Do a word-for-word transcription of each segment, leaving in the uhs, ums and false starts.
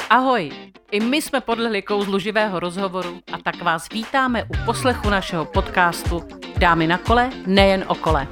Ahoj, i my jsme podlehli kouzlu živého rozhovoru a tak vás vítáme u poslechu našeho podcastu Dámy na kole, nejen o kole.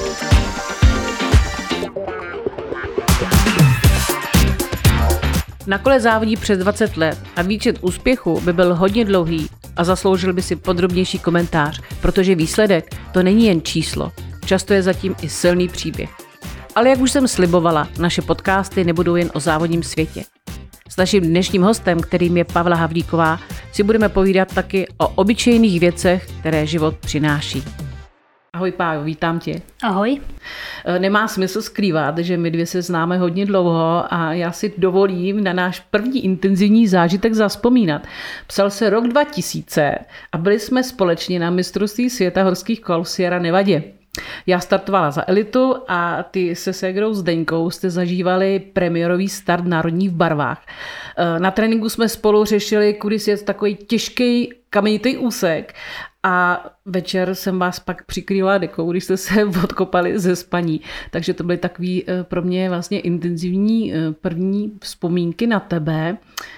Na kole závodí přes dvacet let a výčet úspěchu by byl hodně dlouhý a zasloužil by si podrobnější komentář, protože výsledek to není jen číslo, často je zatím i silný příběh. Ale jak už jsem slibovala, naše podcasty nebudou jen o závodním světě. S naším dnešním hostem, kterým je Pavla Havlíková, si budeme povídat taky o obyčejných věcech, které život přináší. Ahoj Pájo, vítám tě. Ahoj. Nemá smysl skrývat, že my dvě se známe hodně dlouho a já si dovolím na náš první intenzivní zážitek zavzpomínat. Psal se rok dva tisíce a byli jsme společně na mistrovství světa horských kol v Sierra Nevadě. Já startovala za elitu a ty se ségrou Zdeňkou jste zažívali premiérový start národní v barvách. Na tréninku jsme spolu řešili, kudy sjet takový těžký kamenitý úsek a večer jsem vás pak přikrývala dekou, když jste se odkopali ze spaní. Takže to byly takový pro mě vlastně intenzivní první vzpomínky na tebe.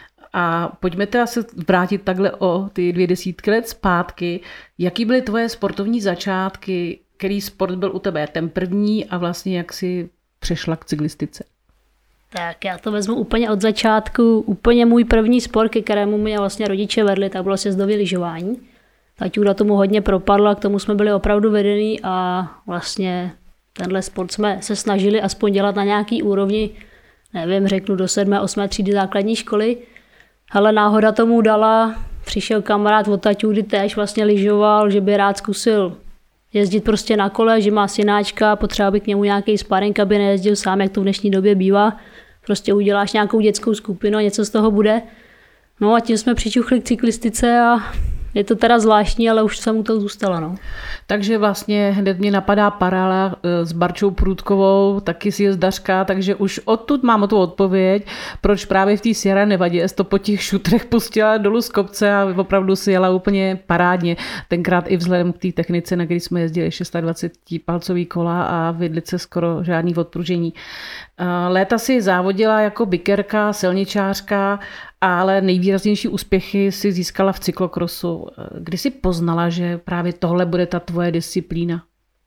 A pojďme teda se vrátit takhle o ty dvě desítky let zpátky. Jaký byly tvoje sportovní začátky? Který sport byl u tebe ten první a vlastně jak jsi přešla k cyklistice? Tak já to vezmu úplně od začátku. Úplně můj první sport, ke kterému mě vlastně rodiče vedli, tak bylo sjezdové lyžování. Taťůra tomu hodně propadla, k tomu jsme byli opravdu vedení a vlastně tenhle sport jsme se snažili aspoň dělat na nějaký úrovni, nevím, řeknu do sedmé, osmé třídy základní školy. Ale náhoda tomu dala, přišel kamarád od taťůry, též vlastně lyžoval, že by rád zkusil jezdit prostě na kole, že má synáčka, potřeba by k němu nějaký sparring, aby nejezdil sám, jak to v dnešní době bývá. Prostě uděláš nějakou dětskou skupinu a něco z toho bude. No a tím jsme přičuchli k cyklistice a je to teda zvláštní, ale už jsem u toho zůstala. No. Takže vlastně hned mě napadá paralela s Barčou Průdkovou, taky si jezdařka, takže už odtud mám tu odpověď, proč právě v té Sierra Nevadě to po těch šutrech pustila dolů z kopce a opravdu si jela úplně parádně. Tenkrát i vzhledem k té technice, na který jsme jezdili dvacet šest palcový kola a vidlice skoro žádný odpružení. Léta si závodila jako bikerka, silničářka, ale nejvýraznější úspěchy si získala v cyklokrosu. Kdy jsi poznala, že právě tohle bude ta tvoje disciplína?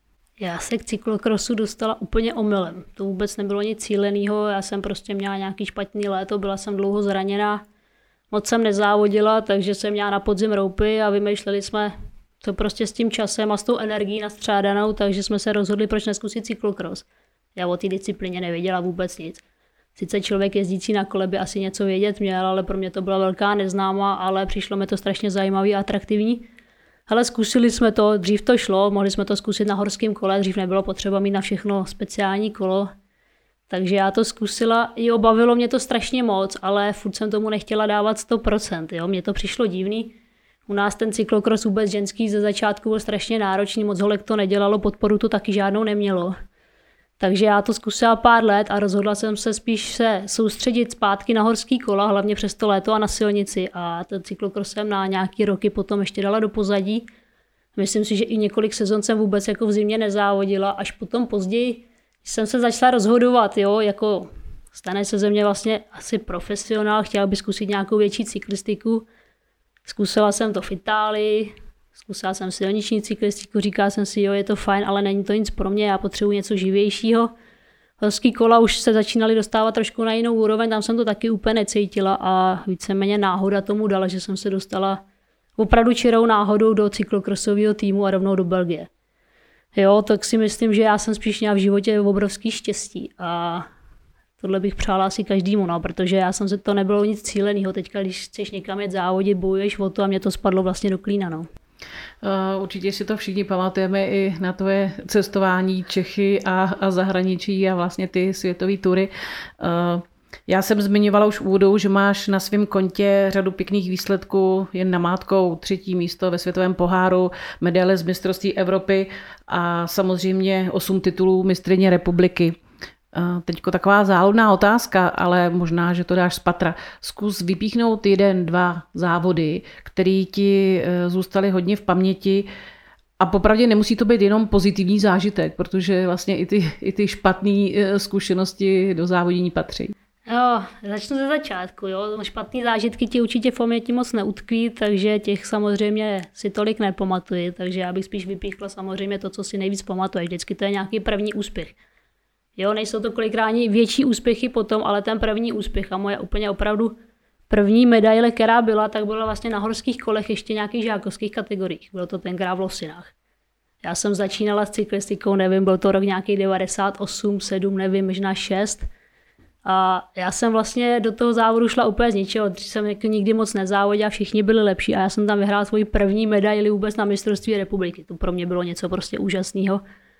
Já se k cyklokrosu dostala úplně omylem. To vůbec nebylo nic cílenýho, já jsem prostě měla nějaký špatný léto, byla jsem dlouho zraněná, moc jsem nezávodila, takže jsem měla na podzim roupy a vymýšleli jsme to prostě s tím časem a s tou energií nastřádanou, takže jsme se rozhodli, proč neskusit cyklokros. Já o té disciplíně nevěděla vůbec nic. Sice člověk jezdící na kole by asi něco vědět měl, ale pro mě to byla velká neznámá, ale přišlo mi to strašně zajímavý a atraktivní. Ale zkusili jsme to, dřív to šlo, mohli jsme to zkusit na horském kole, dřív nebylo potřeba mít na všechno speciální kolo. Takže já to zkusila, jo, bavilo mě to strašně moc, ale furt jsem tomu nechtěla dávat sto procent, jo, mně to přišlo divný. U nás ten cyklokros vůbec ženský ze začátku byl strašně náročný, moc holek to nedělalo, podporu tu taky žádnou nemělo. Takže já to zkusila pár let a rozhodla jsem se spíš se soustředit zpátky na horský kola, hlavně přes to léto a na silnici. A ten cyklokros jsem na nějaký roky potom ještě dala do pozadí. Myslím si, že i několik sezon jsem vůbec jako v zimě nezávodila, až potom později jsem se začala rozhodovat, jo, jako stane se ze mě vlastně asi profesionál, chtěla bych zkusit nějakou větší cyklistiku. Zkusila jsem to v Itálii. Zkusila jsem silniční cyklistiku, říkala jsem si, jo, je to fajn, ale není to nic pro mě, já potřebuji něco živějšího. Horský kola už se začínaly dostávat trošku na jinou úroveň, tam jsem to taky úplně necítila a víceméně náhoda tomu dala, že jsem se dostala opravdu čirou náhodou do cyklokrosového týmu a rovnou do Belgie. Jo, tak si myslím, že já jsem spíš měla v životě obrovský štěstí a tohle bych přála asi každému, no, protože já jsem se to nebylo nic cílenýho. Teďka, když chceš někam jet závodit, bojuješ o to a mě to spadlo vlastně do klína, no. Určitě si to všichni pamatujeme i na tvoje cestování Čechy a, a zahraničí a vlastně ty světové tury. Já jsem zmiňovala už v úvodu, že máš na svém kontě řadu pěkných výsledků, jen namátkou třetí místo ve světovém poháru, medaile z mistrovství Evropy a samozřejmě osm titulů mistryně republiky. Teďko taková záludná otázka, ale možná, že to dáš z patra. Zkus vypíchnout jeden, dva závody, které ti zůstaly hodně v paměti a popravdě nemusí to být jenom pozitivní zážitek, protože vlastně i ty, i ty špatné zkušenosti do závodění patří. Jo, začnu ze začátku, jo. Špatný zážitky ti určitě v paměti moc neutkví, takže těch samozřejmě si tolik nepamatuji, takže já bych spíš vypíchla samozřejmě to, co si nejvíc pamatuješ. Vždycky to je nějaký první úspěch. Jo, nejsou to kolikrát větší úspěchy potom, ale ten první úspěch a moje úplně opravdu první medaile, která byla, tak byla vlastně na horských kolech ještě nějakých žákovských kategoriích. Bylo to tenkrát v Losinách. Já jsem začínala s cyklistikou, nevím, byl to rok nějaký devadesát osm, sedm, nevím, možná šest. A já jsem vlastně do toho závodu šla úplně z ničeho, protože jsem jako nikdy moc nezávodila, všichni byli lepší a já jsem tam vyhrála svoji první medaili vůbec na mistrovství republiky. To pro mě bylo něco prostě úžasného.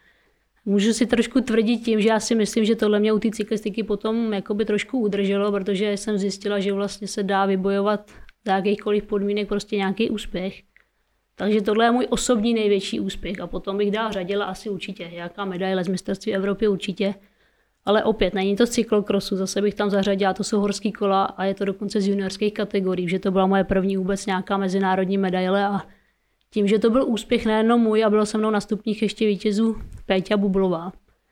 Můžu si trošku tvrdit tím, že já si myslím, že tohle mě u té cyklistiky potom jakoby trošku udrželo, protože jsem zjistila, že vlastně se dá vybojovat za jakýchkoliv podmínek prostě nějaký úspěch. Takže tohle je můj osobní největší úspěch a potom bych dál řadila asi určitě. Jaká medaile z mistrovství Evropy určitě. Ale opět, není to z cyklokrosu, zase bych tam zařadila, to jsou horský kola a je to dokonce z juniorských kategorií, že to byla moje první vůbec nějaká mezinárodní medaile a tím, že to byl úspěch nejenom můj a bylo se mnou na stupních ještě vítězů Péťa Bublová.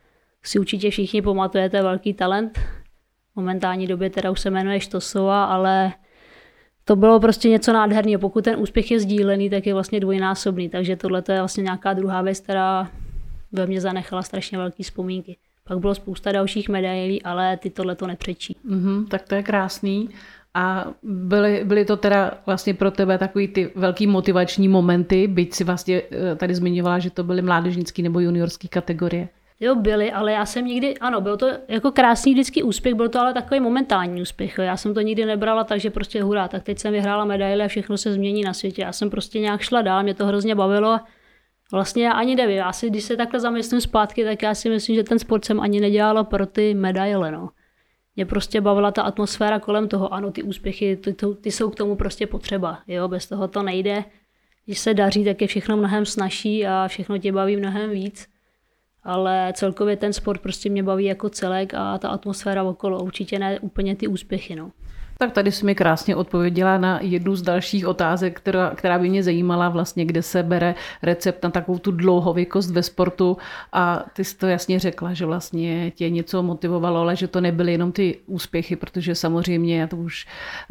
Si určitě všichni pamatujete, velký talent. V momentální době teda už se jmenuje Štosova, ale to bylo prostě něco nádherného. Pokud ten úspěch je sdílený, tak je vlastně dvojnásobný, takže tohle je vlastně nějaká druhá věc, která ve mně zanechala strašně velké vzpomínky. Pak bylo spousta dalších medailí, ale ty tohle to nepřečí. Mm-hmm, tak to je krásný. A byly, byly to teda vlastně pro tebe takový ty velký motivační momenty, byť si vlastně tady zmiňovala, že to byly mládežnický nebo juniorský kategorie? Jo, byly, ale já jsem nikdy, ano, byl to jako krásný vždycky úspěch, byl to ale takový momentální úspěch. Já jsem to nikdy nebrala, takže prostě hurá, tak teď jsem vyhrála medaile a všechno se změní na světě. Já jsem prostě nějak šla dál, mě to hrozně bavilo. Vlastně já ani nevím, já si, když se takhle zamyslím zpátky, tak já si myslím, že ten sport jsem ani nedělala pro ty medaile, no. Mě prostě bavila ta atmosféra kolem toho, ano, ty úspěchy, ty, ty, ty jsou k tomu prostě potřeba, jo, bez toho to nejde. Když se daří, tak je všechno mnohem snazší a všechno tě baví mnohem víc. Ale celkově ten sport prostě mě baví jako celek a ta atmosféra okolo, určitě ne úplně ty úspěchy, no. Tak tady jsi mi krásně odpověděla na jednu z dalších otázek, která, která by mě zajímala vlastně, kde se bere recept na takovou tu dlouhověkost ve sportu a ty jsi to jasně řekla, že vlastně tě něco motivovalo, ale že to nebyly jenom ty úspěchy, protože samozřejmě já to už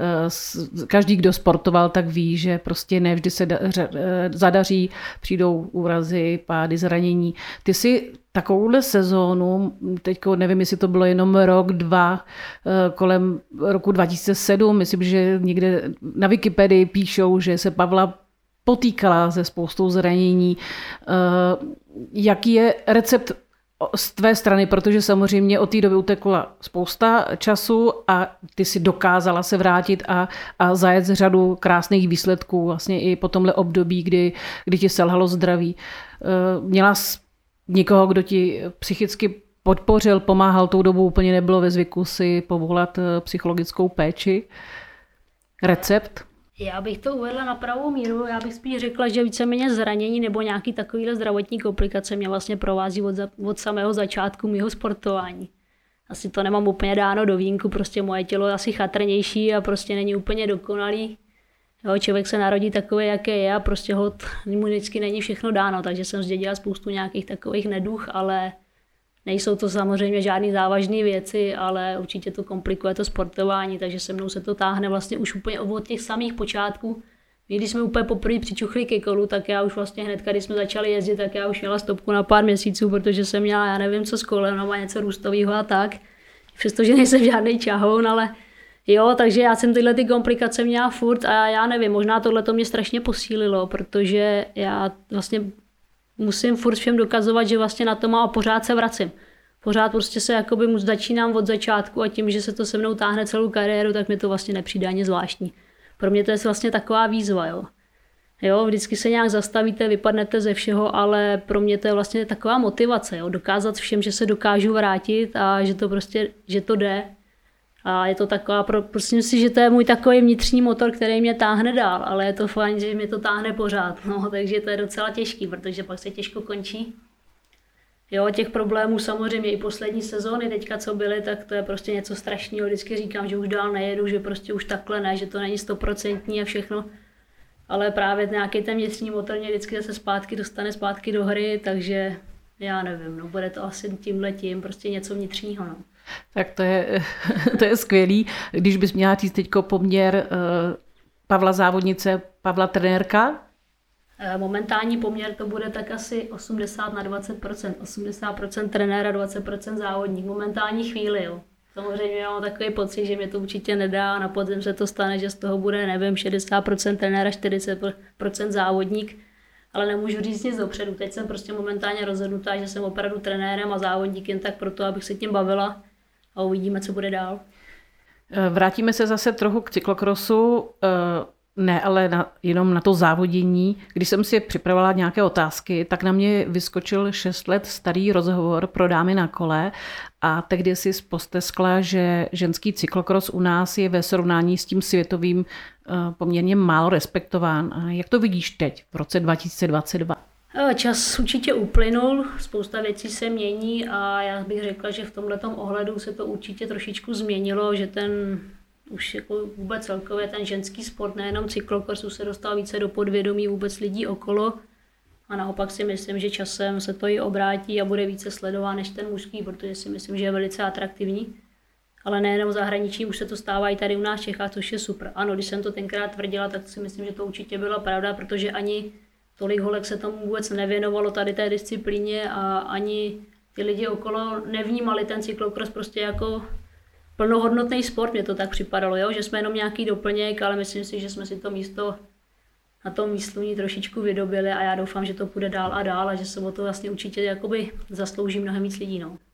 každý, kdo sportoval, tak ví, že prostě ne vždy se zadaří, přijdou úrazy, pády, zranění. Ty si takovouhle sezónu, teďko nevím, jestli to bylo jenom rok, dva, kolem roku dva tisíce sedm, myslím, že někde na Wikipedii píšou, že se Pavla potýkala se spoustou zranění. Jaký je recept z tvé strany, protože samozřejmě od té doby utekla spousta času a ty si dokázala se vrátit a, a zajet řadu krásných výsledků vlastně i po tomhle období, kdy, kdy ti selhalo zdraví. Měla někoho, kdo ti psychicky podpořil, pomáhal, tou dobu úplně nebylo ve zvyku si povolat psychologickou péči. Recept? Já bych to uvedla na pravou míru, já bych spíš řekla, že víceméně zranění nebo nějaký takovýhle zdravotní komplikace mě vlastně provází od, za, od samého začátku mého sportování. Asi to nemám úplně dáno do vínku, prostě moje tělo je asi chatrnější a prostě není úplně dokonalý. Jo, člověk se narodí takový, jaké je a prostě hod, mu vždycky není všechno dáno, takže jsem zdědila spoustu nějakých takových neduch, ale nejsou to samozřejmě žádný závažné věci, ale určitě to komplikuje to sportování, takže se mnou se to táhne vlastně už úplně od těch samých počátků. Když jsme úplně poprvé přičuchli ke kolu, tak já už vlastně hned, když jsme začali jezdit, tak já už měla stopku na pár měsíců, protože jsem měla, já nevím co s kolem, nebo něco růstového a tak. Přestože nejsem žádný čahoun, ale jo, takže já jsem tyhle ty komplikace měla furt a já nevím, možná tohle to mě strašně posílilo, protože já vlastně musím furt všem dokazovat, že vlastně na to mám a pořád se vracím. Pořád prostě se jakoby začínám od začátku a tím, že se to se mnou táhne celou kariéru, tak mi to vlastně nepřijde ani zvláštní. Pro mě to je vlastně taková výzva, jo. Jo, vždycky se nějak zastavíte, vypadnete ze všeho, ale pro mě to je vlastně taková motivace, jo. Dokázat všem, že se dokážu vrátit a že to prostě, že to jde. A je to taková, prostě si, že to je můj takový vnitřní motor, který mě táhne dál, ale je to fajn, že mě to táhne pořád, no, takže to je docela těžký, protože pak se těžko končí. Jo, těch problémů samozřejmě i poslední sezóny teďka, co byly, tak to je prostě něco strašného, vždycky říkám, že už dál nejedu, že prostě už takhle ne, že to není stoprocentní a všechno, ale právě nějaký ten vnitřní motor mě vždycky zase zpátky dostane zpátky do hry, takže já nevím, no, bude to asi tímhletím, prostě něco vnitřního, no. Tak to je, to je skvělý. Když bys měla říct teďko poměr Pavla závodnice, Pavla trenérka? Momentální poměr to bude tak asi osmdesát na dvacet procent. osmdesát procent trenéra, dvacet procent závodník. Momentální chvíli, jo. Samozřejmě mám takový pocit, že mě to určitě nedá a na podzim se to stane, že z toho bude, nevím, šedesát procent trenéra, čtyřicet procent závodník, ale nemůžu říct nic dopředu. Teď jsem prostě momentálně rozhodnutá, že jsem opravdu trenérem a závodníkem tak proto, abych se tím bavila a uvidíme, co bude dál. Vrátíme se zase trochu k cyklokrosu. Ne, ale na, jenom na to závodění. Když jsem si připravovala nějaké otázky, tak na mě vyskočil šest let starý rozhovor pro dámy na kole a tehdy si posteskla, že ženský cyklokros u nás je ve srovnání s tím světovým poměrně málo respektován. A jak to vidíš teď, v roce dva tisíce dvacet dva? Čas určitě uplynul, spousta věcí se mění a já bych řekla, že v tomhletom ohledu se to určitě trošičku změnilo, že ten už jako vůbec celkově ten ženský sport, nejenom cyklokrosu, se dostal více do podvědomí vůbec lidí okolo a naopak si myslím, že časem se to i obrátí a bude více sledován než ten mužský, protože si myslím, že je velice atraktivní. Ale nejenom v zahraničí, už se to stává i tady u nás v Čechách, což je super. Ano, když jsem to tenkrát tvrdila, tak si myslím, že to určitě byla pravda, protože ani tolik holek se tomu vůbec nevěnovalo tady té disciplíně a ani ty lidi okolo nevnímali ten cyklokros prostě jako plnohodnotný sport, mě to tak připadalo, jo? Že jsme jenom nějaký doplněk, ale myslím si, že jsme si to místo na tom místluní trošičku vydobili a já doufám, že to půjde dál a dál a že se o to vlastně určitě jakoby zaslouží mnohem víc lidí. No.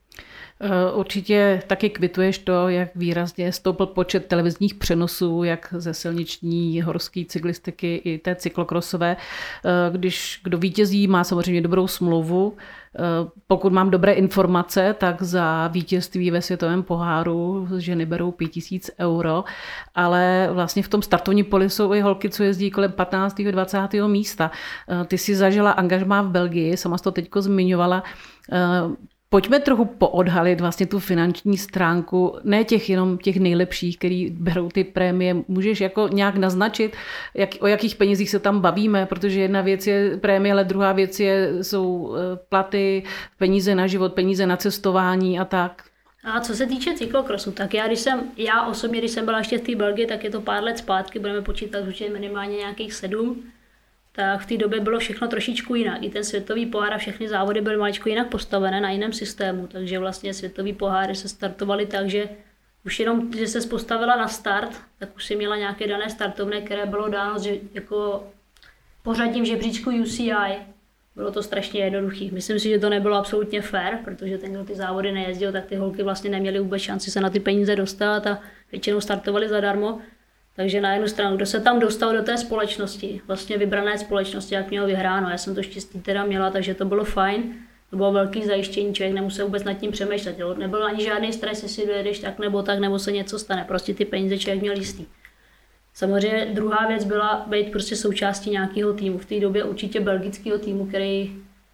Určitě taky kvituješ to, jak výrazně stoupl počet televizních přenosů, jak ze silniční, horské cyklistiky i té cyklokrosové. Když kdo vítězí, má samozřejmě dobrou smlouvu. Pokud mám dobré informace, tak za vítězství ve světovém poháru ženy berou pět tisíc euro, ale vlastně v tom startovním poli jsou i holky, co jezdí kolem patnáctého dvacátého místa. Ty si zažila angažmá v Belgii, sama jsi to teďko zmiňovala. Pojďme trochu poodhalit vlastně tu finanční stránku, ne těch jenom těch nejlepších, který berou ty prémie. Můžeš jako nějak naznačit, jak, o jakých penězích se tam bavíme, protože jedna věc je prémie, ale druhá věc je, jsou platy, peníze na život, peníze na cestování a tak. A co se týče cyklokrosu, tak já, když jsem, já osobně, když jsem byla ještě v té Belgii, tak je to pár let zpátky, budeme počítat určitě minimálně nějakých sedm, tak v té době bylo všechno trošičku jinak. I ten světový pohár a všechny závody byly maličko jinak postavené na jiném systému, takže vlastně světový poháry se startovaly tak, že už jenom, že se postavila na start, tak už si měla nějaké dané startovné, které bylo dáno že jako pořadím žebříčku U C I. Bylo to strašně jednoduché. Myslím si, že to nebylo absolutně fair, protože ten, kdo ty závody nejezdil, tak ty holky vlastně neměly vůbec šanci se na ty peníze dostat a většinou startovaly zadarmo. Takže na jednu stranu, kdo se tam dostal do té společnosti, vlastně vybrané společnosti, jak měl vyhráno. Já jsem to štěstí teda měla, takže to bylo fajn. To bylo velký zajištění, člověk nemusel vůbec nad tím přemýšlet. Jo. Nebyl ani žádný stres, jestli dojedeš tak nebo tak, nebo se něco stane. Prostě ty peníze člověk měl jistý. Samozřejmě druhá věc byla být prostě součástí nějakého týmu. V té době určitě belgického týmu, který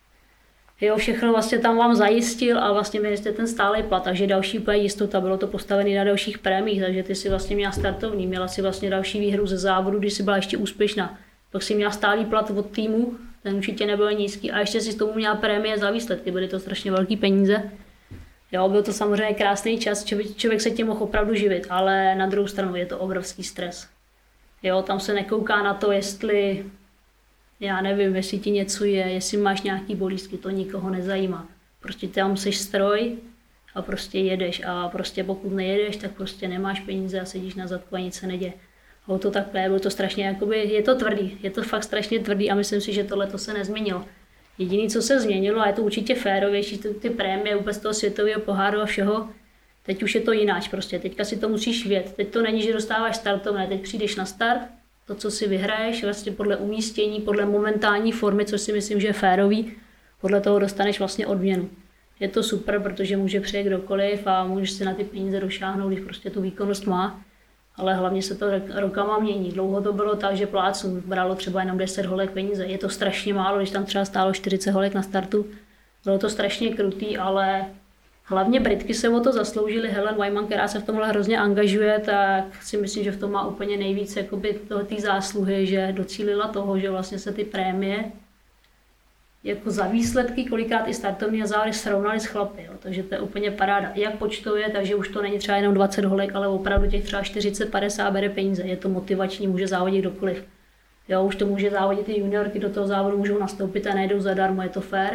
jo, všechno vlastně tam vám zajistil a vlastně měli jste ten stálý plat, takže další úplně jistota, bylo to postavené na dalších prémích, takže ty si vlastně měla startovní, měla si vlastně další výhru ze závodu, když si byla ještě úspěšná. Pak si měla stálý plat od týmu, ten určitě nebyl nízký a ještě si s tomu měla prémie za výsledky, byly to strašně velké peníze. Jo, byl to samozřejmě krásný čas, člověk se tím mohl opravdu živit, ale na druhou stranu je to obrovský stres. Jo, tam se nekouká na to, jestli já nevím, jestli ti něco je, jestli máš nějaký bolístky, to nikoho nezajímá. Prostě tam seš stroj a prostě jedeš a prostě pokud nejedeš, tak prostě nemáš peníze a sedíš na zadku a nic se neděje. Bylo to takhle, bylo to strašně, jakoby, je to tvrdý, je to fakt strašně tvrdý a myslím si, že tohle to se nezměnilo. Jediné, co se změnilo, a je to určitě férovější, ty, ty prémie vůbec toho světového poháru a všeho, teď už je to jináč prostě, teďka si to musíš vědět. Teď to není, že dostáváš startovné, teď přijdeš na start, to, co si vyhraješ, vlastně podle umístění, podle momentální formy, což si myslím, že je férový, podle toho dostaneš vlastně odměnu. Je to super, protože může přijet kdokoliv a můžeš si na ty peníze došáhnout, když prostě tu výkonnost má, ale hlavně se to rokama mění. Dlouho to bylo tak, že plácům bralo třeba jenom deset holek peníze. Je to strašně málo, když tam třeba stálo čtyřicet holek na startu. Bylo to strašně krutý, ale hlavně Britky se o to zasloužily. Helen Wyman, která se v tomhle hrozně angažuje, tak si myslím, že v tom má úplně nejvíc té zásluhy, že docílila toho, že vlastně se ty prémie jako za výsledky, kolikrát i startovní závody srovnali s chlapy, jo. Takže to je úplně paráda. Jak počtově, takže už to není třeba jenom dvacet holek, ale opravdu těch třeba čtyřicet padesát bere peníze. Je to motivační, může závodit kdokoliv. Jo, už to může závodit i juniorky, do toho závodu můžou nastoupit a nejdou zadarmo, je to fair.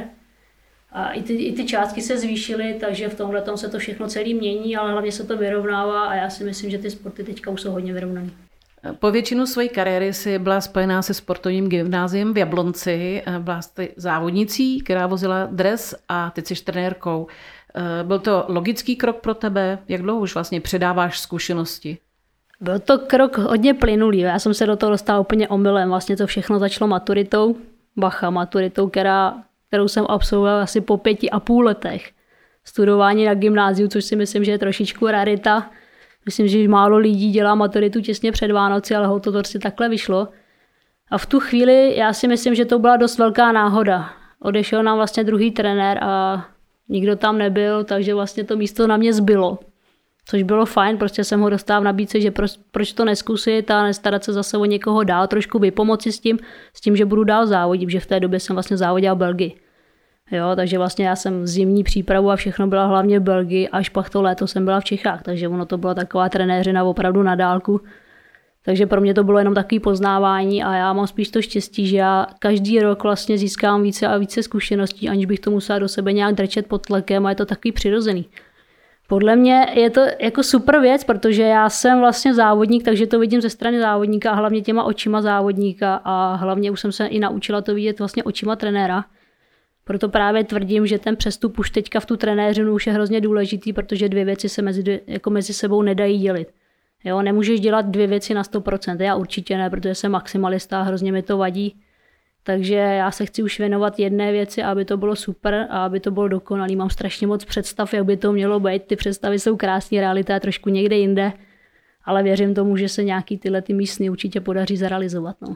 A i ty, i ty částky se zvýšily, takže v tomhle tom se to všechno celý mění, ale hlavně se to vyrovnává a já si myslím, že ty sporty teďka už jsou hodně vyrovnaný. Po většinu své kariéry si byla spojená se sportovním gymnáziem v Jablonci. Byla jste závodnicí, která vozila dres a teď jsi trenérkou. Byl to logický krok pro tebe? Jak dlouho už vlastně předáváš zkušenosti? Byl to krok hodně plynulý. Já jsem se do toho dostala úplně omylem. Vlastně to všechno začalo maturitou. Bacha, maturitou, která, kterou jsem absolvovala asi po pěti a půl letech. Studování na gymnáziu, což si myslím, že je trošičku rarita. Myslím, že málo lidí dělá maturitu těsně před Vánoci, ale ho to prostě takhle vyšlo. A v tu chvíli já si myslím, že to byla dost velká náhoda. Odešel nám vlastně druhý trenér a nikdo tam nebyl, takže vlastně to místo na mě zbylo. Což bylo fajn, prostě jsem ho dostal v nabídce, že proč, proč to neskusit a nestarat se zase o někoho dál, trošku vypomoci s tím, s tím, že budu dál závodit, že v té době jsem vlastně závodil v Belgii. Jo, takže vlastně já jsem zimní přípravu a všechno byla hlavně v Belgii, až pak to léto jsem byla v Čechách, takže ono to byla taková trenéřina opravdu na dálku. Takže pro mě to bylo jenom takový poznávání a já mám spíš to štěstí, že já každý rok vlastně získám více a více zkušeností, aniž bych to musela do sebe nějak drčet pod tlakem a je to takový přirozený. Podle mě je to jako super věc, protože já jsem vlastně závodník, takže to vidím ze strany závodníka a hlavně těma očima závodníka a hlavně už jsem se i naučila to vidět vlastně očima trenéra. Proto právě tvrdím, že ten přestup už teďka v tu trenéřinu už je hrozně důležitý, protože dvě věci se mezi, jako mezi sebou nedají dělit. Jo, nemůžeš dělat dvě věci na sto procent, já určitě ne, protože jsem maximalista a hrozně mi to vadí. Takže já se chci už věnovat jedné věci, aby to bylo super a aby to bylo dokonalý. Mám strašně moc představ, jak by to mělo být. Ty představy jsou krásné, realita je trošku někde jinde, ale věřím tomu, že se nějaký tyhle ty místny určitě podaří zrealizovat. No.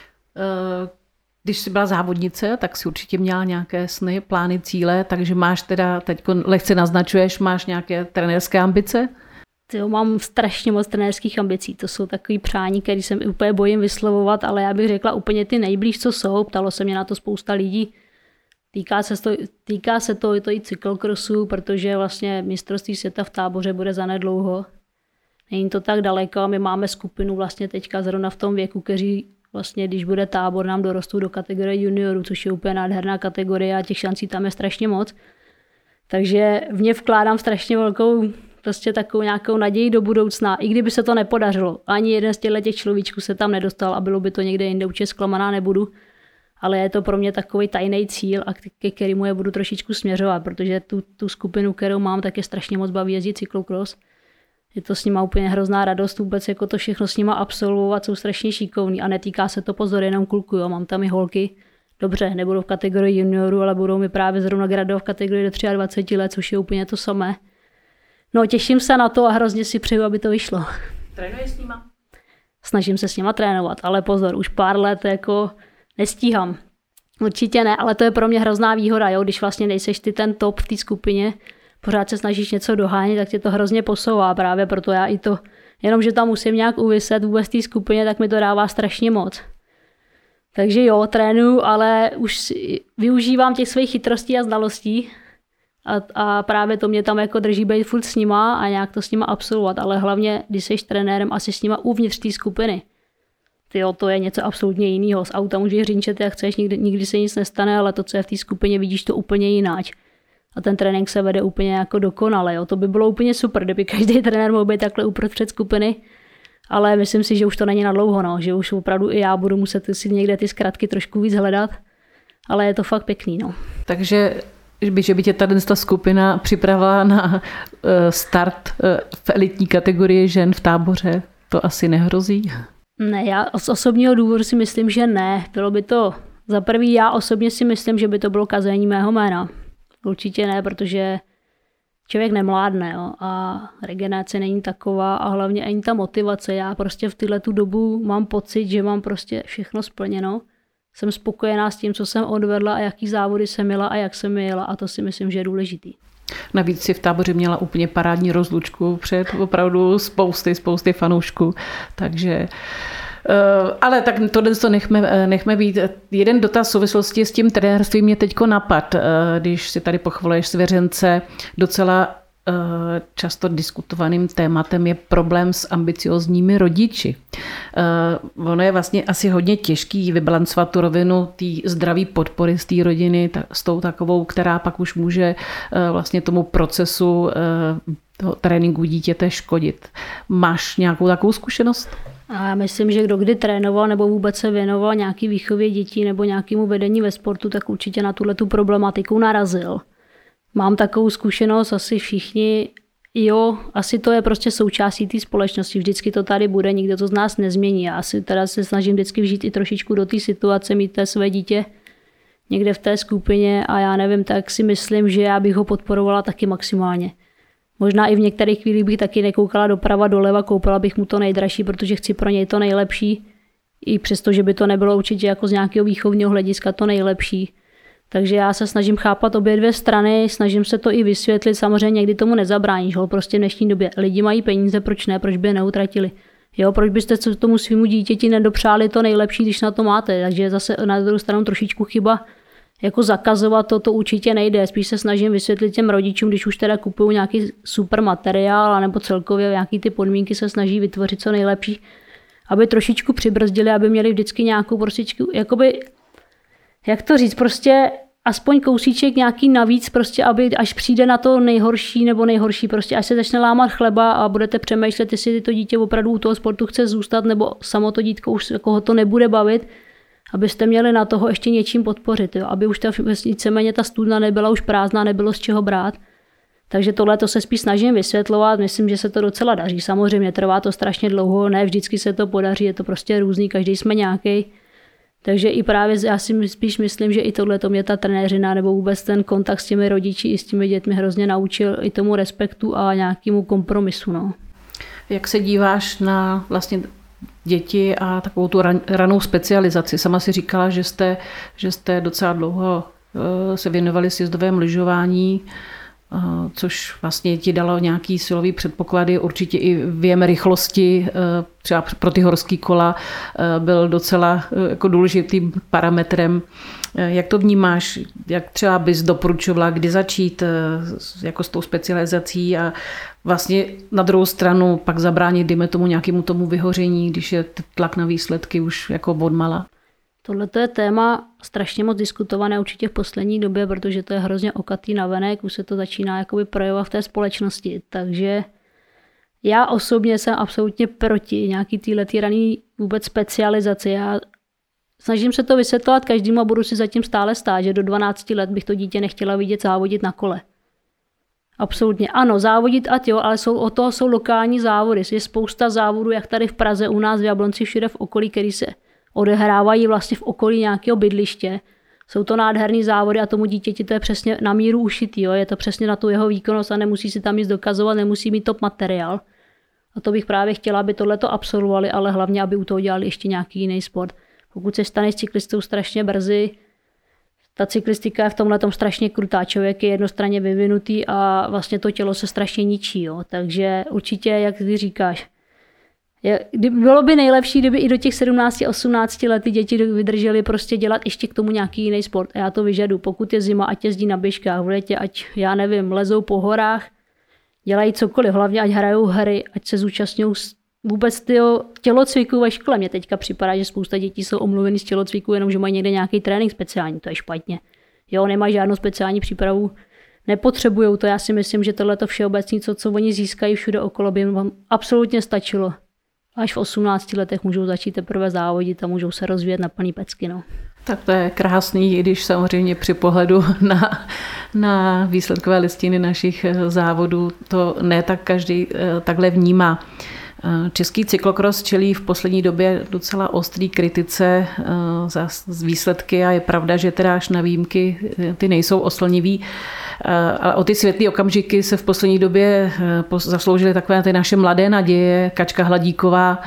Když jsi byla závodnice, tak si určitě měla nějaké sny, plány, cíle, takže máš teda, teď lehce naznačuješ, máš nějaké trenérské ambice? Jo, mám strašně moc trenérských ambicí. To jsou takový přání, který jsem úplně bojím vyslovovat, ale já bych řekla úplně ty nejblíž, co jsou. Ptalo se mě na to spousta lidí. Týká se to, týká se to, to i cyklokrosu, protože vlastně mistrovství světa v Táboře bude zanedlouho. Není to tak daleko a my máme skupinu vlastně teďka zrovna v tom věku, kteří vlastně, když bude Tábor, nám dorostou do kategorie juniorů, což je úplně nádherná kategorie a těch šancí tam je strašně moc. Takže v ně vkládám strašně velkou prostě takovou nějakou naději do budoucna, i kdyby se to nepodařilo. Ani jeden z těch človíčků se tam nedostal a bylo by to někde jinde, určitě zklamaná nebudu. Ale je to pro mě takový tajný cíl, a ke kterému je budu trošičku směřovat, protože tu, tu skupinu, kterou mám, tak je strašně moc baví jezdit cyklokros. Je to s nima úplně hrozná radost vůbec jako to všechno s nima absolvovat, jsou strašně šikovní a netýká se to pozor jenom kluků, jo. Mám tam i holky, dobře, nebudou v kategorii juniorů, ale budou mi právě zrovna gradovat v kategorii do dvacet tři let, což je úplně to samé. No, těším se na to a hrozně si přeju, aby to vyšlo. Trénuješ s nima? Snažím se s nima trénovat, ale pozor, už pár let jako nestíhám. Určitě ne, ale to je pro mě hrozná výhoda, jo? Když vlastně nejseš ty ten top v té skupině, pořád se snažíš něco dohánět, tak tě to hrozně posouvá. Právě proto já i to, jenom že tam musím nějak uviset vůbec v té skupině, tak mi to dává strašně moc. Takže jo, trénuju, ale už využívám těch svých chytrostí a znalostí a, a právě to mě tam jako drží být furt s nima a nějak to s nima absolvovat, ale hlavně, když jsi trenérem a jsi s nima uvnitř té skupiny. Tyjo, to je něco absolutně jiného. Z auta můžeš řinčet, jak chceš, nikdy, nikdy se nic nestane, ale to, co je v té skupině, vidíš to úplně jináč. A ten trénink se vede úplně jako dokonale. Jo. To by bylo úplně super, kdyby každý trenér mohl být takhle uprostřed skupiny, ale myslím si, že už to není na dlouho, no. Že už opravdu i já budu muset si někde ty zkratky trošku víc hledat, ale je to fakt pěkný. No. Takže že by tě ta skupina připravila na start v elitní kategorii žen v Táboře, to asi nehrozí? Ne, já z osobního důvodu si myslím, že ne. Bylo by to, za prvý já osobně si myslím, že by to bylo kazení mého jména. Určitě ne, protože člověk nemládne, jo, a regenerace není taková a hlavně ani ta motivace. Já prostě v tyhle tu dobu mám pocit, že mám prostě všechno splněno. Jsem spokojená s tím, co jsem odvedla a jaký závody jsem měla a jak jsem jela a to si myslím, že je důležitý. Navíc si v Táboře měla úplně parádní rozlučku před opravdu spousty, spousty fanoušků, takže Ale tak tohle to nechme, nechme být. Jeden dotaz v souvislosti s tím trenérstvím mě teďko napad, když si tady pochvaluješ svěřence. Docela často diskutovaným tématem je problém s ambiciozními rodiči. Ono je vlastně asi hodně těžký vybalancovat tu rovinu té zdraví podpory z té rodiny s tou takovou, která pak už může vlastně tomu procesu toho tréninku dítěte škodit. Máš nějakou takovou zkušenost? A já myslím, že kdo kdy trénoval nebo vůbec se věnoval nějaký výchově dětí nebo nějakému vedení ve sportu, tak určitě na tuhletu problematiku narazil. Mám takovou zkušenost, asi všichni, jo, asi to je prostě součástí té společnosti, vždycky to tady bude, nikdo to z nás nezmění. Já asi teda se snažím vždycky vžít i trošičku do té situace, mít té své dítě někde v té skupině a já nevím, tak si myslím, že já bych ho podporovala taky maximálně. Možná i v některých chvílích bych taky nekoukala doprava, doleva, koupila bych mu to nejdražší, protože chci pro něj to nejlepší, i přesto, že by to nebylo určitě jako z nějakého výchovního hlediska to nejlepší. Takže já se snažím chápat obě dvě strany, snažím se to i vysvětlit, samozřejmě někdy tomu nezabráníš, ho prostě v dnešní době. Lidi mají peníze, proč ne, proč by je neutratili. Jo, proč byste tomu svýmu dítěti nedopřáli to nejlepší, když na to máte. Takže zase na druhou stranu trošičku chyba, jako zakazovat to, to určitě nejde. Spíš se snažím vysvětlit těm rodičům, když už teda kupují nějaký super materiál, nebo celkově nějaký ty podmínky se snaží vytvořit co nejlepší, aby trošičku přibrzdili, aby měli vždycky nějakou prostě, jakoby, jak to říct, prostě aspoň kousíček nějaký navíc, prostě, aby až přijde na to nejhorší nebo nejhorší, prostě až se začne lámat chleba a budete přemýšlet, jestli to dítě opravdu u toho sportu chce zůstat, nebo samo to dítko už jako ho to nebude bavit, abyste měli na toho ještě něčím podpořit, jo? Aby už ta víceméně ta studna nebyla už prázdná, nebylo z čeho brát. Takže tohle to se spíš snažím vysvětlovat, myslím, že se to docela daří. Samozřejmě trvá to strašně dlouho, ne vždycky se to podaří, je to prostě různý, každý jsme nějaký. Takže i právě já si spíš myslím, že i tohle to mě ta trenéřina nebo vůbec ten kontakt s těmi rodiči i s těmi dětmi hrozně naučil i tomu respektu a nějakému kompromisu. No. Jak se díváš na vlastně děti a takovou tu ran, ranou specializaci? Sama si říkala, že jste, že jste docela dlouho se věnovali sjezdovému lyžování, což vlastně ti dalo nějaký silový předpoklady, určitě i věm rychlosti, třeba pro ty horský kola byl docela jako důležitým parametrem. Jak to vnímáš? Jak třeba bys doporučovala, kdy začít jako s tou specializací a vlastně na druhou stranu pak zabránit, dejme tomu, nějakému tomu vyhoření, když je tlak na výsledky už jako odmala? Tohle je téma strašně moc diskutované určitě v poslední době, protože to je hrozně okatý navenek, už se to začíná jakoby projevovat v té společnosti. Takže já osobně jsem absolutně proti nějaký téhletý raný vůbec specializaci. Já snažím se to vysvětlovat každému a budu si zatím stále stát, že do dvanácti let bych to dítě nechtěla vidět závodit na kole. Absolutně. Ano, závodit ať jo, ale jsou, od toho jsou lokální závody. Je spousta závodů, jak tady v Praze, u nás v Jablonci, všude v okolí, který se odehrávají vlastně v okolí nějakého bydliště. Jsou to nádherný závody a tomu dítěti to je přesně na míru ušitý. Jo? Je to přesně na tu jeho výkonnost a nemusí si tam nic dokazovat, nemusí mít top materiál. A to bych právě chtěla, aby tohleto absolvovali, ale hlavně, aby u toho dělali ještě nějaký jiný sport. Pokud se staneš cyklistou strašně brzy, ta cyklistika je v tomhletom strašně krutá. Člověk je jednostranně vyvinutý a vlastně to tělo se strašně ničí. Jo? Takže určitě, jak ty říkáš, je, bylo by nejlepší, kdyby i do těch sedmnácti osmnácti let ty děti vydržely prostě dělat ještě k tomu nějaký jiný sport. A já to vyžadu. Pokud je zima, ať jezdí na běžkách, v létě, ať, já nevím, lezou po horách, dělají cokoliv, hlavně ať hrajou hry, ať se zúčastňují vůbec tyho tělocviku ve škole. Mně teďka připadá, že spousta dětí jsou omluvený z tělocviku, jenom že mají někde nějaký trénink speciální, to je špatně. Jo, nemají žádnou speciální přípravu, nepotřebujou to. Já si myslím, že tohleto všeobecní, co, co oni získají všude okolo, by jim vám absolutně stačilo. Až v osmnácti letech můžou začít teprve závodit a můžou se rozvíjet na plný pecky. No. Tak to je krásný, i když samozřejmě při pohledu na, na výsledkové listiny našich závodů to ne tak každý takhle vnímá. Český cyklokros čelí v poslední době docela ostrý kritice za výsledky a je pravda, že teda až na výjimky ty nejsou oslnivý. Ale o ty světlé okamžiky se v poslední době zasloužily takové ty naše mladé naděje, Kačka Hladíková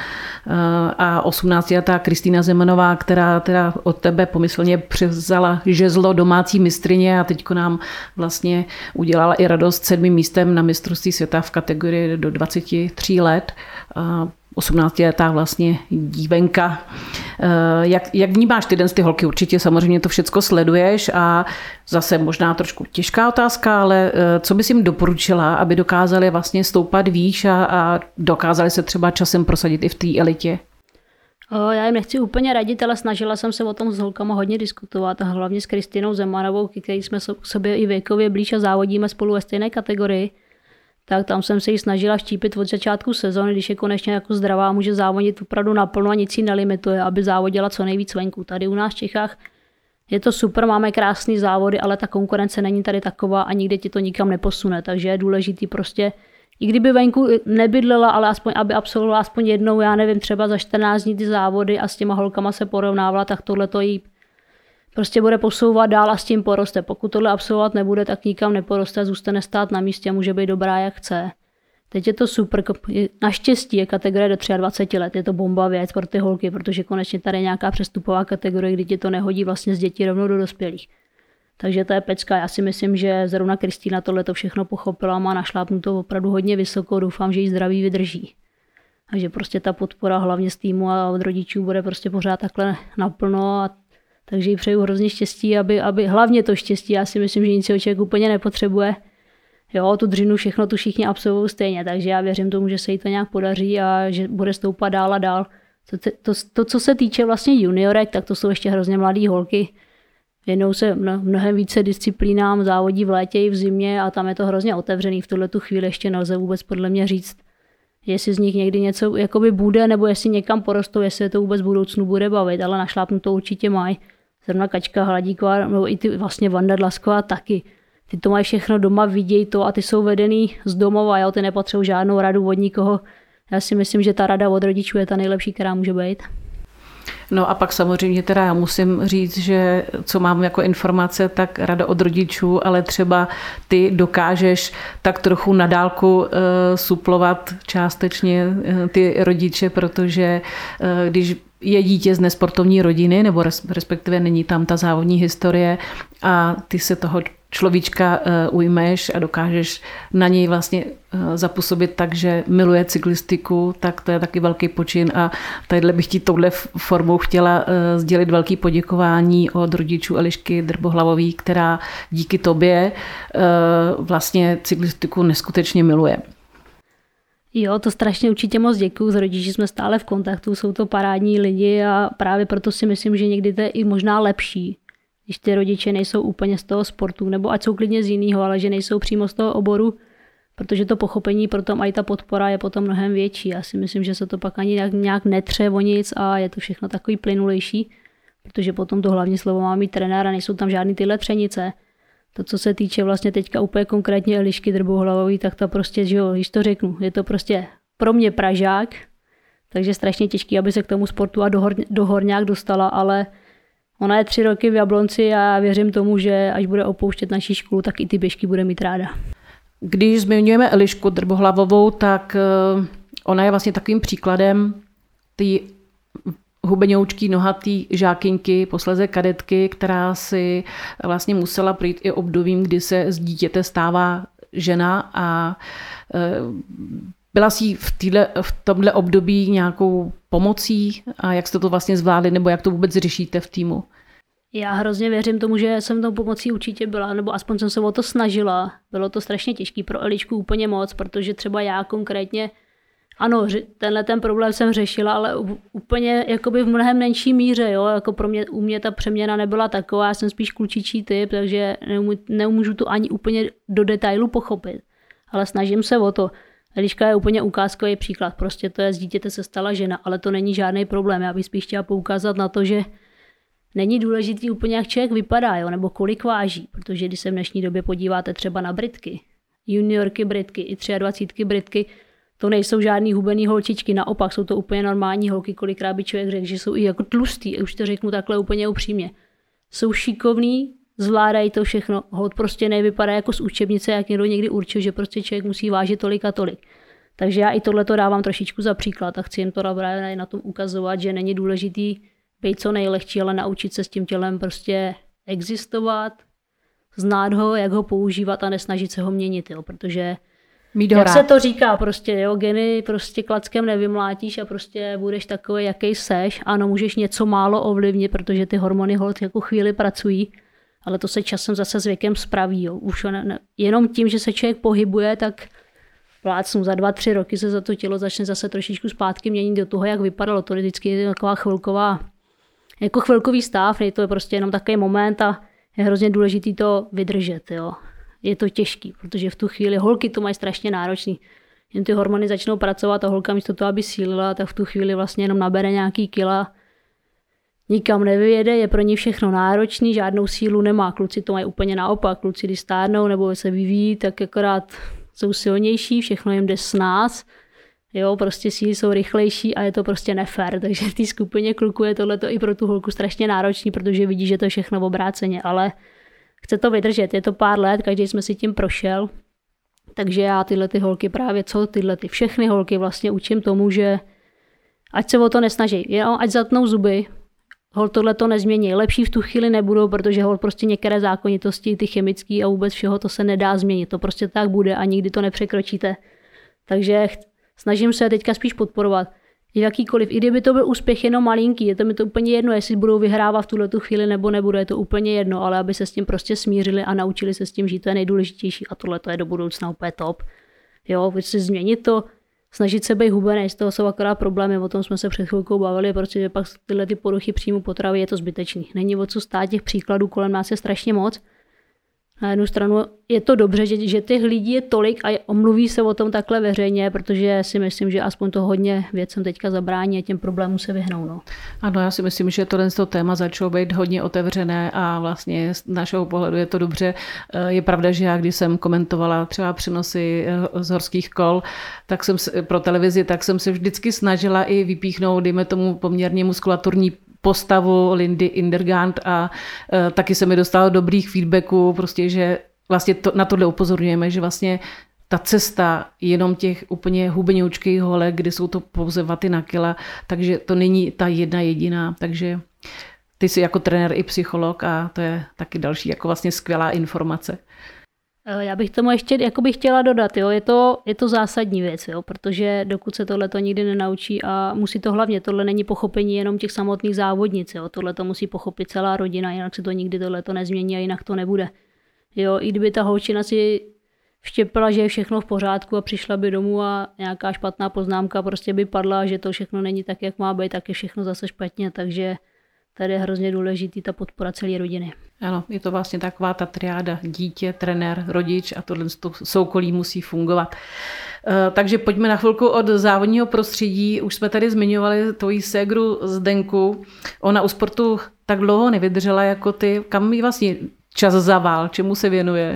a osmnáctiletá Kristýna Zemanová, která teda od tebe pomyslně převzala žezlo domácí mistryně a teďko nám vlastně udělala i radost sedmým místem na mistrovství světa v kategorii do dvaceti tří let. osmnáctiletá vlastně dívenka. Jak, jak vnímáš ty den z ty holky? Určitě samozřejmě to všecko sleduješ a zase možná trošku těžká otázka, ale co bys jim doporučila, aby dokázali vlastně stoupat výš a, a dokázali se třeba časem prosadit i v té elitě? Já jim nechci úplně radit, ale snažila jsem se o tom s holkama hodně diskutovat a hlavně s Kristinou Zemanovou, který jsme k sobě i věkově blíž a závodíme spolu ve stejné kategorii. Tak tam jsem se jí snažila štípit od začátku sezóny, když je konečně jako zdravá, může závodit opravdu naplno a nic jí nelimituje, aby závodila co nejvíc venku. Tady u nás v Čechách je to super, máme krásné závody, ale ta konkurence není tady taková a nikde ti to nikam neposune, takže je důležitý prostě, i kdyby venku nebydlela, ale aspoň, aby absolvovala aspoň jednou, já nevím, třeba za čtrnáct dní ty závody a s těma holkama se porovnávala, tak tohle to jí prostě bude posouvat dál a s tím poroste. Pokud tohle absolvovat nebude, tak nikam neporoste, zůstane stát na místě a může být dobrá, jak chce. Teď je to super, naštěstí je kategorie do dvacet tři let, je to bomba věc pro ty holky, protože konečně tady je nějaká přestupová kategorie, kdy ti to nehodí vlastně z dětí rovnou do dospělých. Takže to je pecka. Já si myslím, že zrovna Kristýna tohle to všechno pochopila a má našlápnuto opravdu hodně vysoko. Doufám, že jí zdraví vydrží. Takže prostě ta podpora hlavně z týmu a od rodičů bude prostě pořád takhle naplno. A takže jí přeju hrozně štěstí, aby, aby hlavně to štěstí. Já si myslím, že nic člověk úplně nepotřebuje. Jo, tu dřinu všechno tu všichni absolvují stejně, takže já věřím tomu, že se jí to nějak podaří a že bude stoupat dál a dál. To, to, to co se týče vlastně juniorek, tak to jsou ještě hrozně mladé holky. Věnou se mnohem více disciplínám, závodí v létě i v zimě a tam je to hrozně otevřený. V tuhle tu chvíli ještě nelze vůbec podle mě říct, jestli z nich někdy něco jakoby bude, nebo jestli někam porostou, jestli to vůbec v budoucnu bude bavit, ale našlápnu to určitě mají. Zrovna Kačka Hladíková, nebo i ty vlastně Vanda Dlasková taky. Ty to mají všechno doma, vidějí to a ty jsou vedený z domova, jo? Ty nepotřebují žádnou radu od nikoho. Já si myslím, že ta rada od rodičů je ta nejlepší, která může být. No a pak samozřejmě teda já musím říct, že co mám jako informace, tak rada od rodičů, ale třeba ty dokážeš tak trochu na dálku uh, suplovat částečně uh, ty rodiče, protože uh, když je dítě z nesportovní rodiny, nebo respektive není tam ta závodní historie a ty se toho človíčka uh, ujmeš a dokážeš na něj vlastně uh, zapůsobit tak, že miluje cyklistiku, tak to je taky velký počin a tadyhle bych ti touhle formou chtěla uh, sdělit velký poděkování od rodičů Elišky Drbohlavový, která díky tobě uh, vlastně cyklistiku neskutečně miluje. Jo, to strašně určitě moc děkuju, s rodiči jsme stále v kontaktu, jsou to parádní lidi a právě proto si myslím, že někdy to je i možná lepší, když ty rodiče nejsou úplně z toho sportu, nebo ať jsou klidně z jiného, ale že nejsou přímo z toho oboru, protože to pochopení potom a i ta podpora je potom mnohem větší. Já si myslím, že se to pak ani nějak, nějak netře o nic a je to všechno takový plynulejší, protože potom to hlavní slovo má mít trenér a nejsou tam žádný tyhle třenice. To, co se týče vlastně teďka úplně konkrétně Elišky Drbohlavový, tak to prostě, že jo, když to řeknu, je to prostě pro mě Pražák, takže strašně těžký, aby se k tomu sportu a do, hor, do Horňák dostala, ale ona je tři roky v Jablonci a já věřím tomu, že až bude opouštět naší školu, tak i ty běžky bude mít ráda. Když zmiňujeme Elišku Drbohlavovou, tak ona je vlastně takovým příkladem ty hubeňoučký, nohatý žákynky, posléze kadetky, která si vlastně musela projít i obdobím, kdy se z dítěte stává žena a byla si v, týhle, v tomhle období nějakou pomocí a jak jste to vlastně zvládli, nebo jak to vůbec řešíte v týmu? Já hrozně věřím tomu, že jsem tou pomocí určitě byla, nebo aspoň jsem se o to snažila. Bylo to strašně těžké pro Eličku úplně moc, protože třeba já konkrétně, ano, tenhle ten problém jsem řešila, ale úplně jakoby v mnohem menší míře, jo, jako pro mě, u mě ta přeměna nebyla taková, já jsem spíš klučičí typ, takže neumůžu to ani úplně do detailu pochopit, ale snažím se o to. Eliška je úplně ukázkový příklad, prostě to je z dítěte se stala žena, ale to není žádný problém, já bych spíš chtěla poukázat na to, že není důležitý úplně, jak člověk vypadá, jo, nebo kolik váží, protože když se v dnešní době podíváte třeba na Britky, juniorky Britky i dvacítky Britky, to nejsou žádný hubený holčičky, naopak jsou to úplně normální holky, kolikrát by člověk řekl, že jsou i jako tlustý, už to řeknu takhle úplně upřímně. Jsou šikovní, zvládají to všechno, hod prostě nevypadá jako z učebnice, jak někdo někdy určil, že prostě člověk musí vážit tolik a tolik. Takže já i tohle to dávám trošičku za příklad a chci jim to právě na tom ukazovat, že není důležitý být co nejlehčí, ale naučit se s tím tělem prostě existovat, znát ho, jak ho používat a nesnažit se ho měnit, jo, protože Mít Jak rád. se to říká prostě, jo, geny prostě klackem nevymlátíš a prostě budeš takový, jaký seš. Ano, můžeš něco málo ovlivnit, protože ty hormony holt jako chvíli pracují, ale to se časem zase s věkem spraví. Jo. Už ne, ne, jenom tím, že se člověk pohybuje, tak plácnu za dva, tři roky se za to tělo začne zase trošičku zpátky měnit do toho, jak vypadalo. To vždycky je taková chvilková, jako chvilkový stav, je to prostě jenom takový moment a je hrozně důležitý to vydržet. Jo. Je to těžký, protože v tu chvíli holky to mají strašně náročný. Jen ty hormony začnou pracovat a holka místo toho, aby sílila, tak v tu chvíli vlastně jenom nabere nějaký kila, nikam nevyjede, je pro ní všechno náročný, žádnou sílu nemá. Kluci to mají úplně naopak. Kluci, když stárnou nebo se vyvíjí, tak akorát jsou silnější, všechno jim jde s nás. Jo, prostě síly jsou rychlejší a je to prostě nefér. Takže v té skupině kluků je tohleto i pro tu holku strašně náročný, protože vidí, že to je všechno v obráceně, ale chce to vydržet, je to pár let, každý jsme si tím prošel. Takže já tyhle ty holky právě, co tyhle ty všechny holky vlastně učím tomu, že ať se o to nesnaží, jo, ať zatnou zuby, hol tohle to nezmění. Lepší v tu chvíli nebudou, protože hol prostě některé zákonitosti, ty chemické a vůbec všeho to se nedá změnit. To prostě tak bude a nikdy to nepřekročíte. Takže snažím se teďka spíš podporovat. Jakýkoliv, i kdyby to byl úspěch jenom malinký, je to mi to úplně jedno, jestli budou vyhrávat v tuhle tu chvíli nebo nebude, je to úplně jedno, ale aby se s tím prostě smířili a naučili se s tím žít, to je nejdůležitější a tohle to je do budoucna úplně top. Jo, prostě změnit to, snažit se být hubený, z toho jsou akorát problémy, o tom jsme se před chvilkou bavili, protože pak tyhle ty poruchy příjmu potravy je to zbytečný. Není o co stát, těch příkladů kolem nás je strašně moc. Na jednu stranu je to dobře, že, že těch lidí je tolik a omluví se o tom takhle veřejně, protože si myslím, že aspoň to hodně věcem teďka zabrání a těm problémům se vyhnou. No. Ano, já si myslím, že tohle téma začalo být hodně otevřené a vlastně z našeho pohledu je to dobře. Je pravda, že já, když jsem komentovala třeba přenosy z horských kol tak jsem se, pro televizi, tak jsem se vždycky snažila i vypíchnout, dejme tomu poměrně muskulaturní postavu Lindy Indergant a e, taky se mi dostalo dobrých feedbacků, prostě, že vlastně to, na tohle upozorňujeme, že vlastně ta cesta jenom těch úplně hubeňoučkých holek, kde jsou to pouze vaty na kila, takže to není ta jedna jediná, takže ty jsi jako trenér i psycholog a to je taky další jako vlastně skvělá informace. Já bych tomu ještě jako bych chtěla dodat, jo, je to, je to zásadní věc, jo, protože dokud se tohle to nikdy nenaučí a musí to hlavně, tohle není pochopení jenom těch samotných závodnic, jo, tohle to musí pochopit celá rodina, jinak se to nikdy tohle to nezmění a jinak to nebude. Jo, i kdyby ta holčina si vštěpila, že je všechno v pořádku a přišla by domů a nějaká špatná poznámka prostě by padla, že to všechno není tak, jak má být, tak je všechno zase špatně, takže tady je hrozně důležitý ta podpora celé rodiny. Ano, je to vlastně taková ta triáda dítě, trenér, rodič a tohle soukolí musí fungovat. Takže pojďme na chvilku od závodního prostředí. Už jsme tady zmiňovali tvoji ségru Zdenku. Ona u sportu tak dlouho nevydržela jako ty. Kam jí vlastně čas zavál? Čemu se věnuje?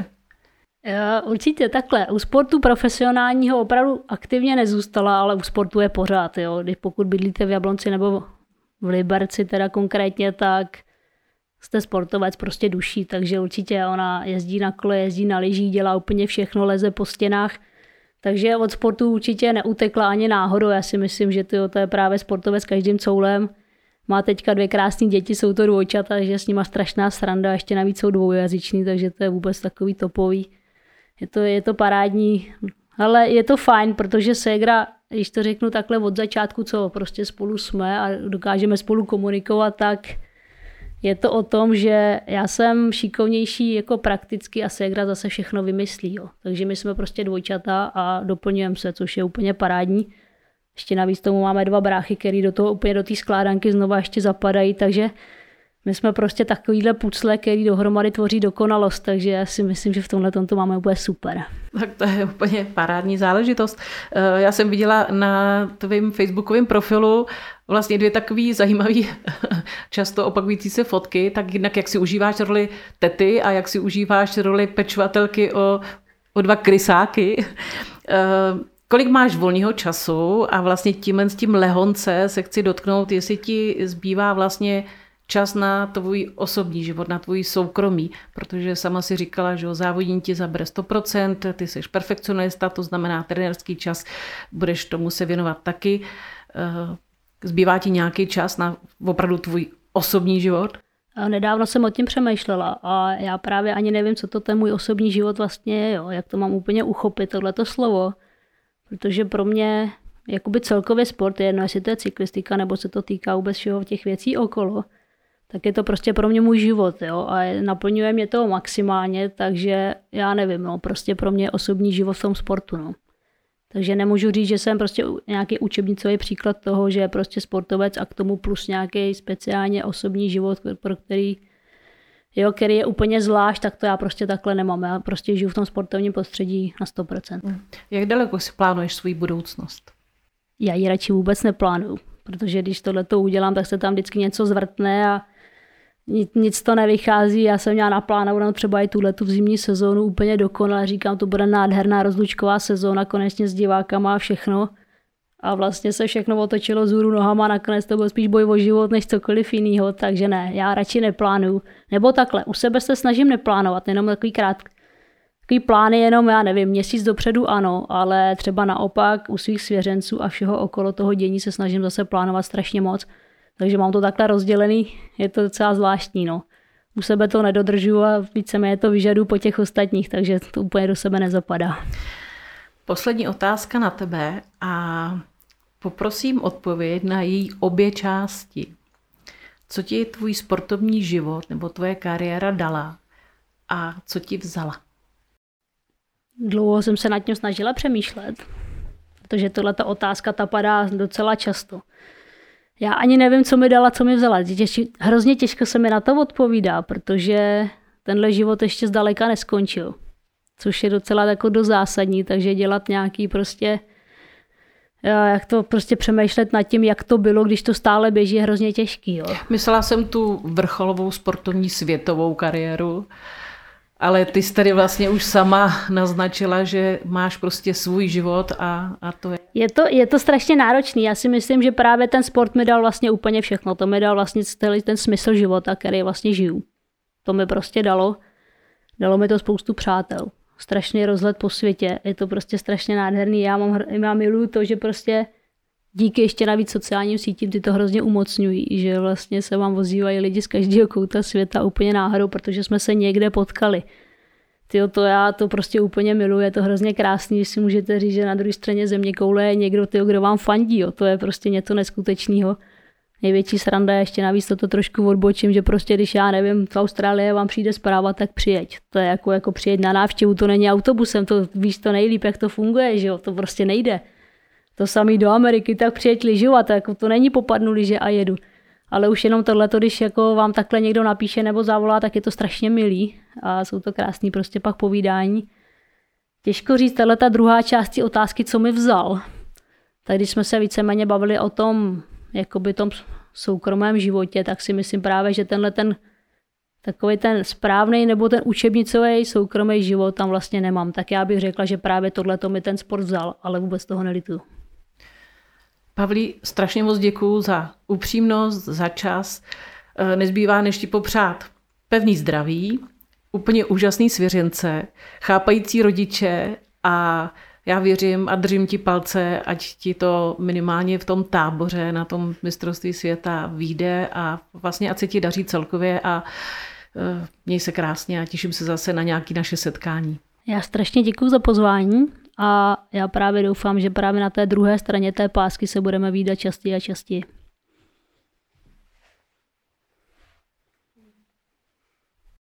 Určitě takhle. U sportu profesionálního opravdu aktivně nezůstala, ale u sportu je pořád. Jo. Když pokud bydlíte v Jablonci nebo v Liberci teda konkrétně, tak jste sportovec prostě duší, takže určitě ona jezdí na kole, jezdí na lyžích, dělá úplně všechno, leze po stěnách, takže od sportu určitě neutekla ani náhodou. Já si myslím, že to, to je právě sportovec s každým coulem. Má teďka dvě krásné děti, jsou to dvojčata, takže s nima strašná sranda, ještě navíc jsou dvoujazyční, takže to je vůbec takový topový. Je to, je to parádní, ale je to fajn, protože ségra, když to řeknu takhle od začátku, co prostě spolu jsme a dokážeme spolu komunikovat, tak je to o tom, že já jsem šikovnější jako prakticky a ségra zase všechno vymyslí. Jo. Takže my jsme prostě dvojčata a doplňujeme se, což je úplně parádní. Ještě navíc tomu máme dva bráchy, který do toho úplně do té skládanky znova ještě zapadají, takže my jsme prostě takovýhle pucle, který dohromady tvoří dokonalost, takže já si myslím, že v tomhle to máme úplně super. Tak to je úplně parádní záležitost. Já jsem viděla na tvém facebookovém profilu vlastně dvě takové zajímavé, často opakující se fotky, tak jednak jak si užíváš roli tety a jak si užíváš roli pečovatelky o, o dva krysáky. Kolik máš volného času a vlastně tímhle s tím lehonce se chci dotknout, jestli ti zbývá vlastně čas na tvůj osobní život, na tvůj soukromí, protože sama si říkala, že závodní ti zabere sto procent, ty jsi perfekcionista, to znamená trenérský čas, budeš tomu se věnovat taky. Zbývá ti nějaký čas na opravdu tvůj osobní život? A nedávno jsem o tím přemýšlela a já právě ani nevím, co to ten můj osobní život vlastně je, jo, jak to mám úplně uchopit, tohleto slovo, protože pro mě jakoby celkově sport je jedno, jestli to je cyklistika nebo se to týká vůbec všeho těch věcí okolo, tak je to prostě pro mě můj život, jo, a naplňuje mě to maximálně, takže já nevím, no, prostě pro mě osobní život v tom sportu, no. Takže nemůžu říct, že jsem prostě nějaký učebnicový příklad toho, že je prostě sportovec a k tomu plus nějaký speciálně osobní život, pro který, jo, který je úplně zvlášť, tak to já prostě takhle nemám. Já prostě žiju v tom sportovním prostředí na sto procent. Jak daleko si plánuješ svou budoucnost? Já ji radši vůbec neplánuju, protože když tohleto udělám, tak se tam vždycky něco zvrtne a nic, nic to nevychází. Já jsem měla naplánovanou třeba i tuhletu v zimní sezónu úplně dokonale. Říkám, to bude nádherná rozlučková sezóna, konečně s divákama a všechno. A vlastně se všechno otočilo vzhůru nohama a nakonec to byl spíš boj o život než cokoliv jiného, takže ne, já radši neplánuju. Nebo takhle, u sebe se snažím neplánovat, jenom takový krátký. Takový plány jenom, já nevím, měsíc dopředu ano, ale třeba naopak u svých svěřenců a všeho okolo toho dění se snažím zase plánovat strašně moc. Takže mám to takhle rozdělený, je to docela zvláštní. No. U sebe to nedodržuju a víceméně to vyžaduju po těch ostatních, takže to úplně do sebe nezapadá. Poslední otázka na tebe a poprosím odpověď na její obě části. Co ti tvůj sportovní život nebo tvoje kariéra dala a co ti vzala? Dlouho jsem se nad tím snažila přemýšlet, protože tohleta otázka ta padá docela často. Já ani nevím, co mi dala, co mi vzala. Hrozně těžko se mi na to odpovídá, protože tenhle život ještě zdaleka neskončil. Což je docela jako do zásadní, takže dělat nějaký prostě, jak to prostě přemýšlet nad tím, jak to bylo, když to stále běží, je hrozně těžký. Jo. Myslela jsem tu vrcholovou sportovní světovou kariéru, ale ty jsi tady vlastně už sama naznačila, že máš prostě svůj život a, a to je... Je to, je to strašně náročný. Já si myslím, že právě ten sport mi dal vlastně úplně všechno. To mi dal vlastně celý ten smysl života, který vlastně žiju. To mi prostě dalo. Dalo mi to spoustu přátel. Strašný rozhled po světě. Je to prostě strašně nádherný. Já mám, já miluju to, že prostě díky ještě navíc sociálním sítím ty to hrozně umocňují, že vlastně se vám ozývají lidi z každého kouta světa úplně náhodou, protože jsme se někde potkali. Tyjo, to já to prostě úplně miluji, je to hrozně krásný, že si můžete říct, že na druhé straně zeměkoule je někdo, tyjo, kdo vám fandí, jo. To je prostě něco neskutečného. Největší sranda je ještě navíc toto trošku odbočím, že prostě když já nevím, v Austrálii vám přijde zpráva, tak přijeď. To je jako, jako přijeď na návštěvu, to není autobusem, to víš to nejlíp, jak to funguje, že jo, to prostě nejde. To samý do Ameriky, tak přijeď lyžovat, jako to není popadnu lyže a jedu. Ale už jenom tohleto, když jako vám takhle někdo napíše nebo zavolá, tak je to strašně milý a jsou to krásný prostě pak povídání. Těžko říct, tahle ta druhá část té otázky, co mi vzal. Tak když jsme se víceméně bavili o tom, jakoby tom soukromém životě, tak si myslím právě, že tenhle ten takový ten správný nebo ten učebnicový soukromý život tam vlastně nemám. Tak já bych řekla, že právě tohleto mi ten sport vzal, ale vůbec toho nelituju. Pavlí, strašně moc děkuju za upřímnost, za čas. Nezbývá než ti popřát pevný zdraví, úplně úžasný svěřence, chápající rodiče a já věřím a držím ti palce, ať ti to minimálně v tom táboře na tom mistrovství světa vyjde a vlastně ať se ti daří celkově a měj se krásně a těším se zase na nějaké naše setkání. Já strašně děkuju za pozvání a já právě doufám, že právě na té druhé straně té pásky se budeme vídat častěji a častěji.